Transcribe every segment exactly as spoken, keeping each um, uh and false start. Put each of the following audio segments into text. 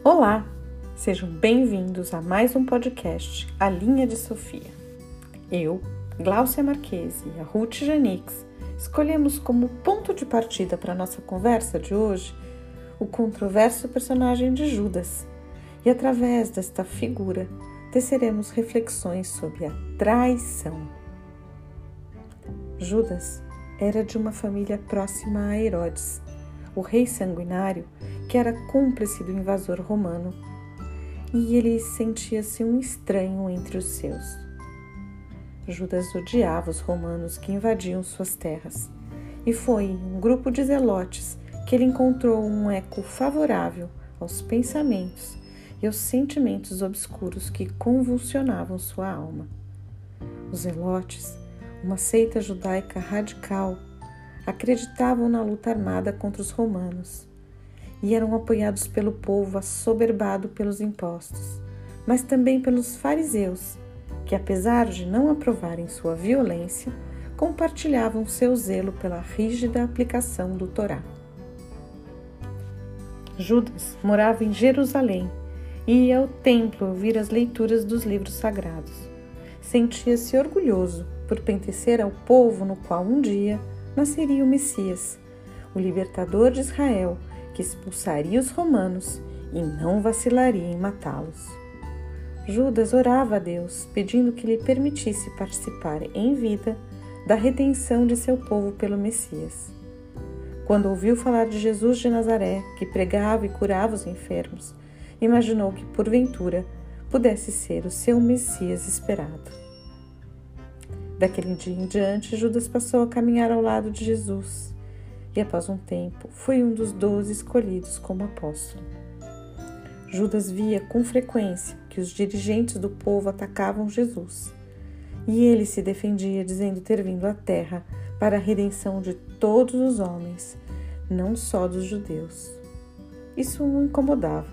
Olá, sejam bem-vindos a mais um podcast, A Linha de Sofia. Eu, Gláucia Marquesi e a Ruth Janix escolhemos como ponto de partida para a nossa conversa de hoje o controverso personagem de Judas e, através desta figura, teceremos reflexões sobre a traição. Judas era de uma família próxima a Herodes, o rei sanguinário que era cúmplice do invasor romano, e ele sentia-se um estranho entre os seus. Judas odiava os romanos que invadiam suas terras, e foi em um grupo de zelotes que ele encontrou um eco favorável aos pensamentos e aos sentimentos obscuros que convulsionavam sua alma. Os zelotes, uma seita judaica radical, acreditavam na luta armada contra os romanos e eram apoiados pelo povo assoberbado pelos impostos, mas também pelos fariseus, que, apesar de não aprovarem sua violência, compartilhavam seu zelo pela rígida aplicação do Torá. Judas morava em Jerusalém e ia ao templo ouvir as leituras dos livros sagrados. Sentia-se orgulhoso por pertencer ao povo no qual um dia nasceria o Messias, o libertador de Israel, que expulsaria os romanos e não vacilaria em matá-los. Judas orava a Deus, pedindo que lhe permitisse participar em vida da redenção de seu povo pelo Messias. Quando ouviu falar de Jesus de Nazaré, que pregava e curava os enfermos, imaginou que, porventura, pudesse ser o seu Messias esperado. Daquele dia em diante, Judas passou a caminhar ao lado de Jesus e, após um tempo, foi um dos doze escolhidos como apóstolo. Judas via com frequência que os dirigentes do povo atacavam Jesus, e ele se defendia dizendo ter vindo à terra para a redenção de todos os homens, não só dos judeus. Isso o incomodava.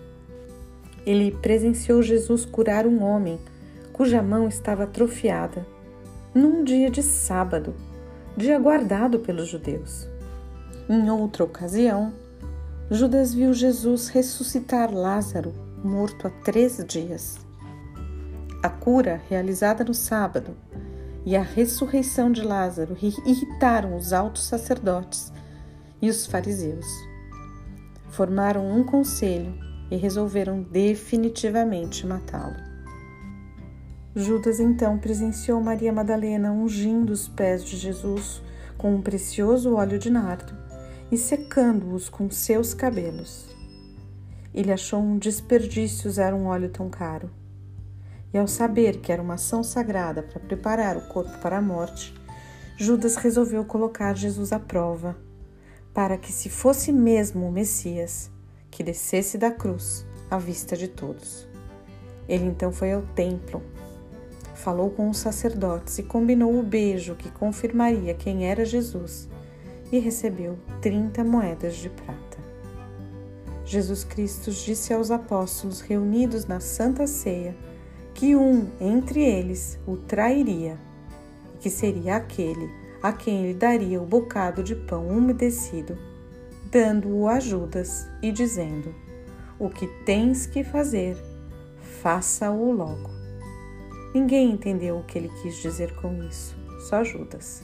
Ele presenciou Jesus curar um homem cuja mão estava atrofiada, num dia de sábado, dia guardado pelos judeus. Em outra ocasião, Judas viu Jesus ressuscitar Lázaro, morto há três dias. A cura realizada no sábado e a ressurreição de Lázaro irritaram os altos sacerdotes e os fariseus. Formaram um conselho e resolveram definitivamente matá-lo. Judas então presenciou Maria Madalena ungindo os pés de Jesus com um precioso óleo de nardo e secando-os com seus cabelos. Ele achou um desperdício usar um óleo tão caro. E ao saber que era uma ação sagrada para preparar o corpo para a morte, Judas resolveu colocar Jesus à prova, para que, se fosse mesmo o Messias, que descesse da cruz à vista de todos. Ele então foi ao templo, falou com os sacerdotes e combinou o beijo que confirmaria quem era Jesus, e recebeu trinta moedas de prata. Jesus Cristo disse aos apóstolos reunidos na Santa Ceia que um entre eles o trairia, e que seria aquele a quem ele daria o bocado de pão umedecido, dando-o a Judas e dizendo: "O que tens que fazer, faça-o logo." Ninguém entendeu o que ele quis dizer com isso, só Judas.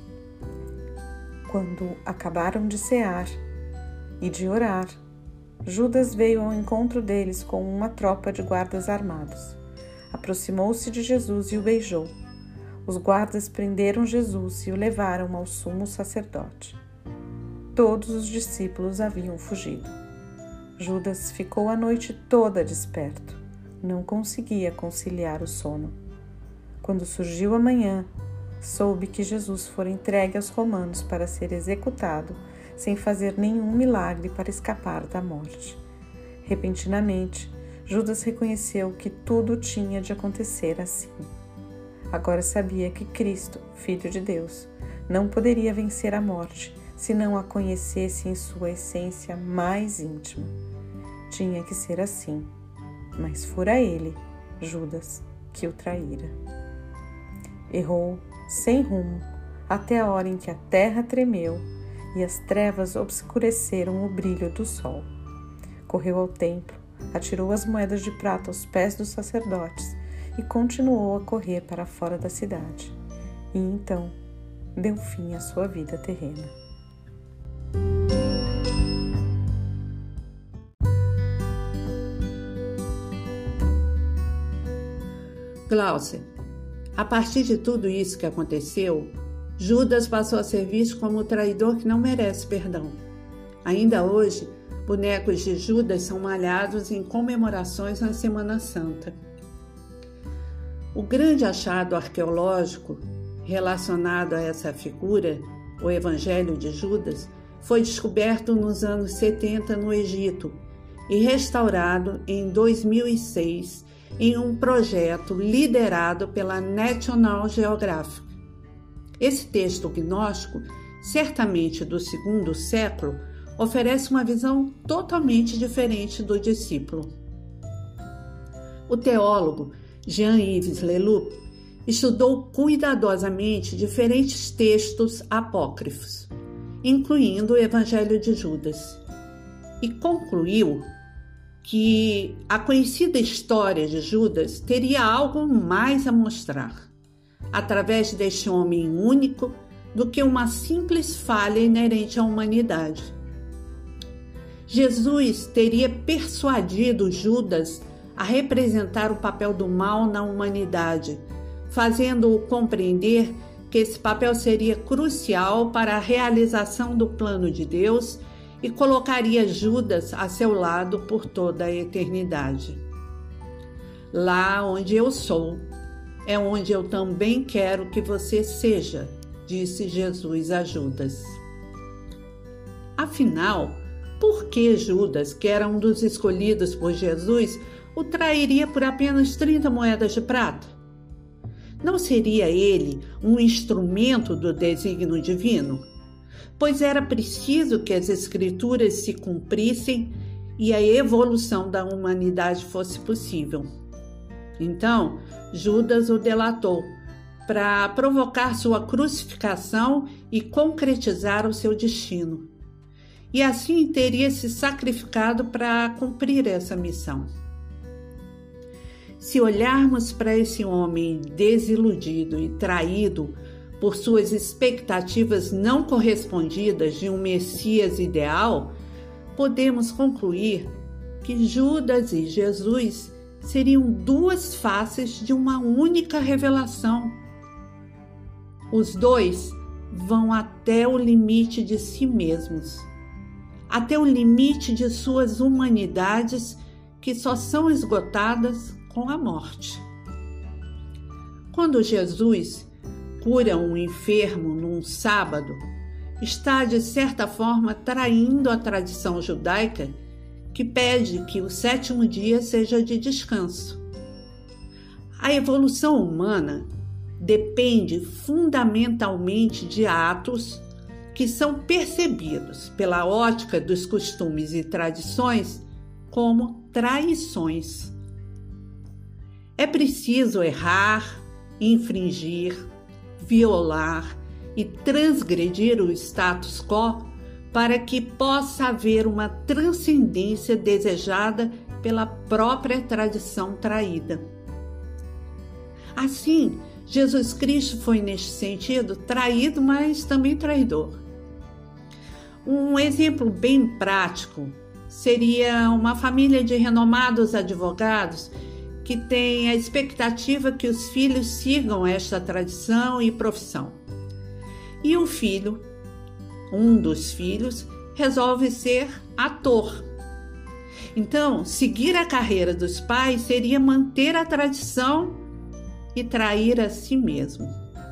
Quando acabaram de cear e de orar, Judas veio ao encontro deles com uma tropa de guardas armados. Aproximou-se de Jesus e o beijou. Os guardas prenderam Jesus e o levaram ao sumo sacerdote. Todos os discípulos haviam fugido. Judas ficou a noite toda desperto. Não conseguia conciliar o sono. Quando surgiu a manhã, soube que Jesus fora entregue aos romanos para ser executado, sem fazer nenhum milagre para escapar da morte. Repentinamente, Judas reconheceu que tudo tinha de acontecer assim. Agora sabia que Cristo, Filho de Deus, não poderia vencer a morte se não a conhecesse em sua essência mais íntima. Tinha que ser assim, mas fora ele, Judas, que o traíra. Errou, sem rumo, até a hora em que a terra tremeu e as trevas obscureceram o brilho do sol. Correu ao templo, atirou as moedas de prata aos pés dos sacerdotes e continuou a correr para fora da cidade. E então deu fim à sua vida terrena. Glaucia, a partir de tudo isso que aconteceu, Judas passou a ser visto como o traidor que não merece perdão. Ainda hoje, bonecos de Judas são malhados em comemorações na Semana Santa. O grande achado arqueológico relacionado a essa figura, o Evangelho de Judas, foi descoberto nos anos setenta no Egito e restaurado em dois mil e seis em um projeto liderado pela National Geographic. Esse texto gnóstico, certamente do segundo século, oferece uma visão totalmente diferente do discípulo. O teólogo Jean-Yves Leloup estudou cuidadosamente diferentes textos apócrifos, incluindo o Evangelho de Judas, e concluiu que a conhecida história de Judas teria algo mais a mostrar, através deste homem único, do que uma simples falha inerente à humanidade. Jesus teria persuadido Judas a representar o papel do mal na humanidade, fazendo-o compreender que esse papel seria crucial para a realização do plano de Deus e colocaria Judas a seu lado por toda a eternidade. Lá onde eu sou, é onde eu também quero que você seja, disse Jesus a Judas. Afinal, por que Judas, que era um dos escolhidos por Jesus, o trairia por apenas trinta moedas de prata? Não seria ele um instrumento do desígnio divino? Pois era preciso que as Escrituras se cumprissem e a evolução da humanidade fosse possível. Então, Judas o delatou para provocar sua crucificação e concretizar o seu destino. E assim teria se sacrificado para cumprir essa missão. Se olharmos para esse homem desiludido e traído por suas expectativas não correspondidas de um Messias ideal, podemos concluir que Judas e Jesus seriam duas faces de uma única revelação. Os dois vão até o limite de si mesmos, até o limite de suas humanidades que só são esgotadas com a morte. Quando Jesus cura um enfermo num sábado, está de certa forma traindo a tradição judaica que pede que o sétimo dia seja de descanso. A evolução humana depende fundamentalmente de atos que são percebidos pela ótica dos costumes e tradições como traições. É preciso errar, infringir, violar e transgredir o status quo para que possa haver uma transcendência desejada pela própria tradição traída. Assim, Jesus Cristo foi, neste sentido, traído, mas também traidor. Um exemplo bem prático seria uma família de renomados advogados que tem a expectativa que os filhos sigam esta tradição e profissão. E o filho, um dos filhos, resolve ser ator. Então, seguir a carreira dos pais seria manter a tradição e trair a si mesmo.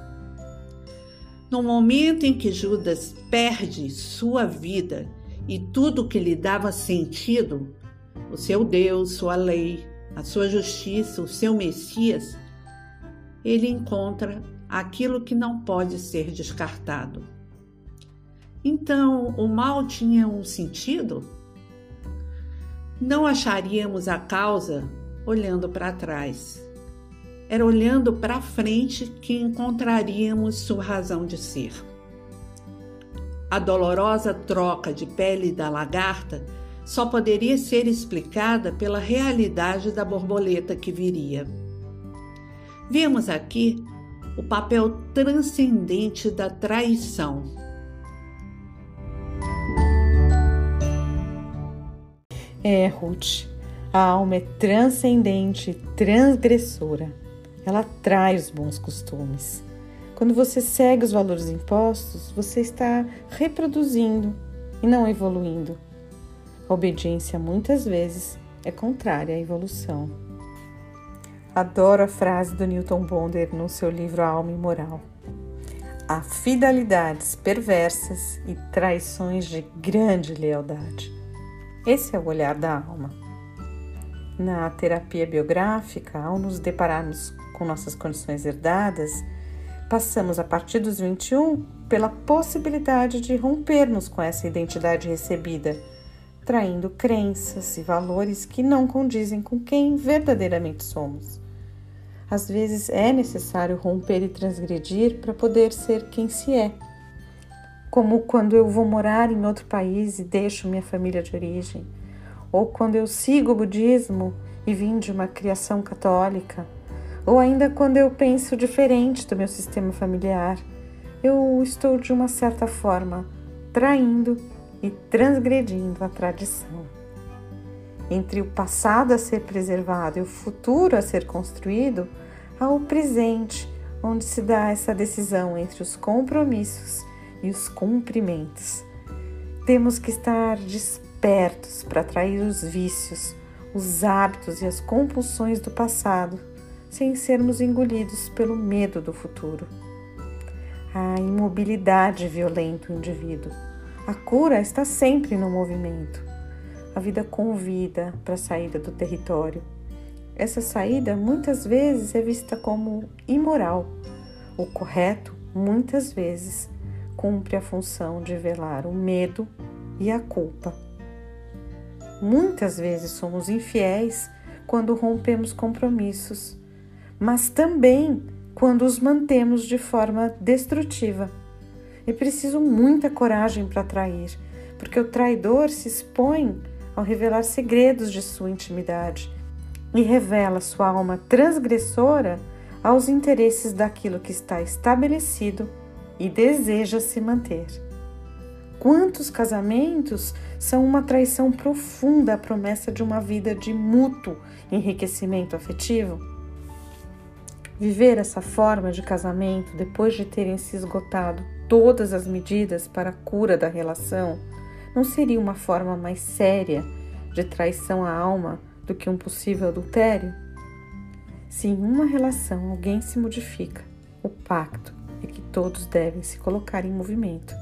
No momento em que Judas perde sua vida e tudo que lhe dava sentido, o seu Deus, sua lei, a sua justiça, o seu Messias, ele encontra aquilo que não pode ser descartado. Então, o mal tinha um sentido? Não acharíamos a causa olhando para trás. Era olhando para frente que encontraríamos sua razão de ser. A dolorosa troca de pele da lagarta só poderia ser explicada pela realidade da borboleta que viria. Vemos aqui o papel transcendente da traição. É, Ruth, a alma é transcendente e transgressora. Ela trai os bons costumes. Quando você segue os valores impostos, você está reproduzindo e não evoluindo. A obediência, muitas vezes, é contrária à evolução. Adoro a frase do Newton Bonder no seu livro A Alma Imoral. Há fidelidades perversas e traições de grande lealdade. Esse é o olhar da alma. Na terapia biográfica, ao nos depararmos com nossas condições herdadas, passamos a partir dos vinte e um pela possibilidade de rompermos com essa identidade recebida, traindo crenças e valores que não condizem com quem verdadeiramente somos. Às vezes é necessário romper e transgredir para poder ser quem se é. Como quando eu vou morar em outro país e deixo minha família de origem, ou quando eu sigo o budismo e vim de uma criação católica, ou ainda quando eu penso diferente do meu sistema familiar, eu estou de uma certa forma traindo e transgredindo a tradição. Entre o passado a ser preservado e o futuro a ser construído, há o presente, onde se dá essa decisão entre os compromissos e os cumprimentos. Temos que estar despertos para atrair os vícios, os hábitos e as compulsões do passado, sem sermos engolidos pelo medo do futuro. A imobilidade violenta o indivíduo. A cura está sempre no movimento. A vida convida para a saída do território. Essa saída muitas vezes é vista como imoral. O correto, muitas vezes, cumpre a função de velar o medo e a culpa. Muitas vezes somos infiéis quando rompemos compromissos, mas também quando os mantemos de forma destrutiva. É preciso muita coragem para trair, porque o traidor se expõe ao revelar segredos de sua intimidade e revela sua alma transgressora aos interesses daquilo que está estabelecido e deseja se manter. Quantos casamentos são uma traição profunda à promessa de uma vida de mútuo enriquecimento afetivo? Viver essa forma de casamento depois de terem se esgotado todas as medidas para a cura da relação não seria uma forma mais séria de traição à alma do que um possível adultério? Se em uma relação alguém se modifica, o pacto é que todos devem se colocar em movimento.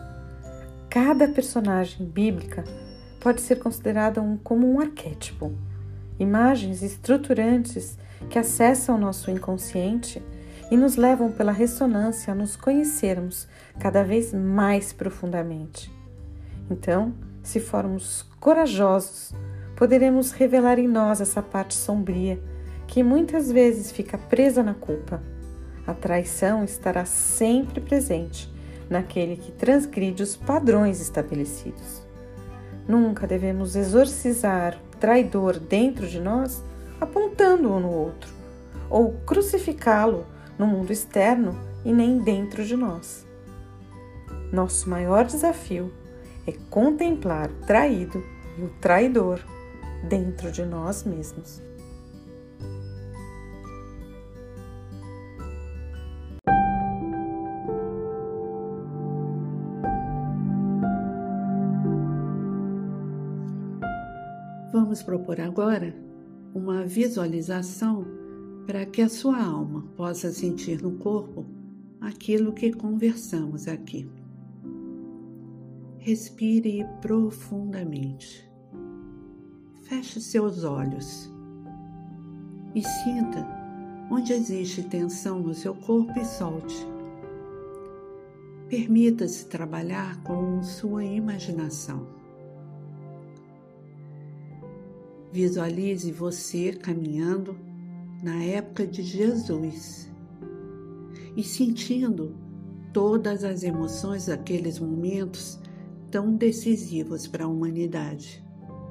Cada personagem bíblica pode ser considerada um, como um arquétipo, imagens estruturantes que acessam nosso inconsciente e nos levam pela ressonância a nos conhecermos cada vez mais profundamente. Então, se formos corajosos, poderemos revelar em nós essa parte sombria que muitas vezes fica presa na culpa. A traição estará sempre presente naquele que transgride os padrões estabelecidos. Nunca devemos exorcizar o traidor dentro de nós apontando-o no outro, ou crucificá-lo no mundo externo e nem dentro de nós. Nosso maior desafio é contemplar o traído e o traidor dentro de nós mesmos. Vamos propor agora uma visualização para que a sua alma possa sentir no corpo aquilo que conversamos aqui. Respire profundamente. Feche seus olhos e sinta onde existe tensão no seu corpo e solte. Permita-se trabalhar com sua imaginação. Visualize você caminhando na época de Jesus e sentindo todas as emoções daqueles momentos tão decisivos para a humanidade.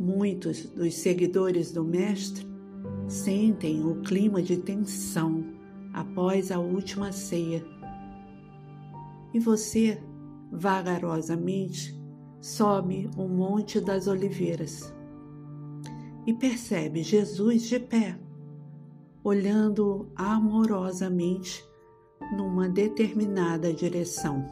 Muitos dos seguidores do Mestre sentem o clima de tensão após a última ceia. E você, vagarosamente, sobe o Monte das Oliveiras e percebe Jesus de pé, olhando amorosamente numa determinada direção.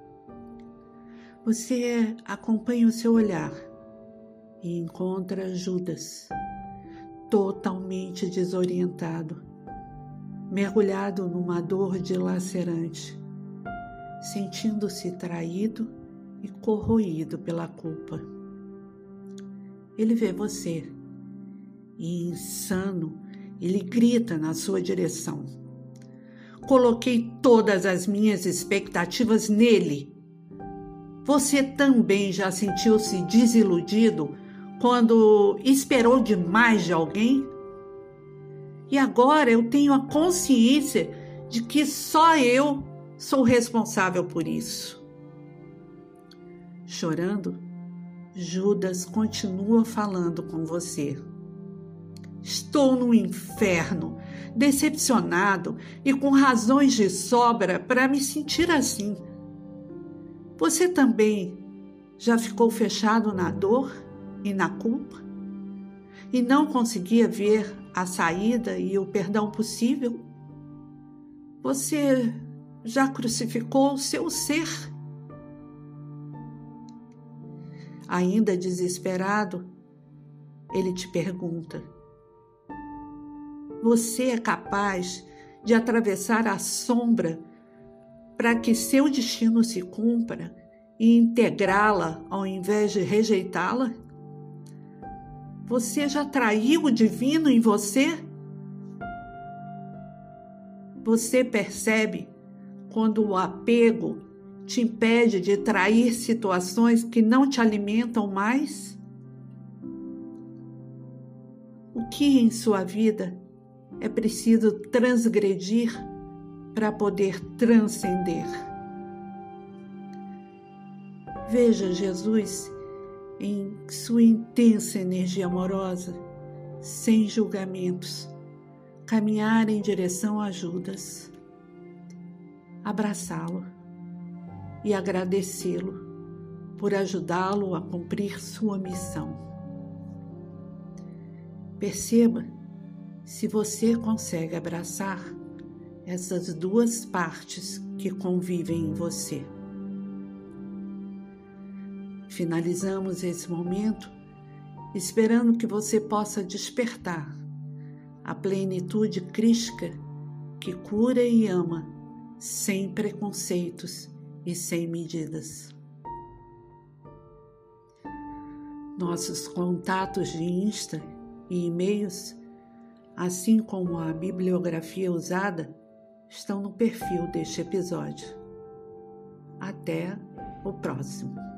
Você acompanha o seu olhar e encontra Judas, totalmente desorientado, mergulhado numa dor dilacerante, sentindo-se traído e corroído pela culpa. Ele vê você e, insano, ele grita na sua direção: coloquei todas as minhas expectativas nele. Você também já sentiu-se desiludido quando esperou demais de alguém? E agora eu tenho a consciência de que só eu sou responsável por isso. Chorando, Judas continua falando com você. Estou no inferno, decepcionado e com razões de sobra para me sentir assim. Você também já ficou fechado na dor e na culpa? E não conseguia ver a saída e o perdão possível? Você já crucificou o seu ser? Ainda desesperado, ele te pergunta: você é capaz de atravessar a sombra para que seu destino se cumpra e integrá-la ao invés de rejeitá-la? Você já traiu o divino em você? Você percebe quando o apego te impede de trair situações que não te alimentam mais? O que em sua vida é preciso transgredir para poder transcender? Veja Jesus em sua intensa energia amorosa, sem julgamentos, caminhar em direção a Judas, abraçá-lo e agradecê-lo por ajudá-lo a cumprir sua missão. Perceba se você consegue abraçar essas duas partes que convivem em você. Finalizamos esse momento esperando que você possa despertar a plenitude crística que cura e ama sem preconceitos e sem medidas. Nossos contatos de Insta e e-mails, assim como a bibliografia usada, estão no perfil deste episódio. Até o próximo.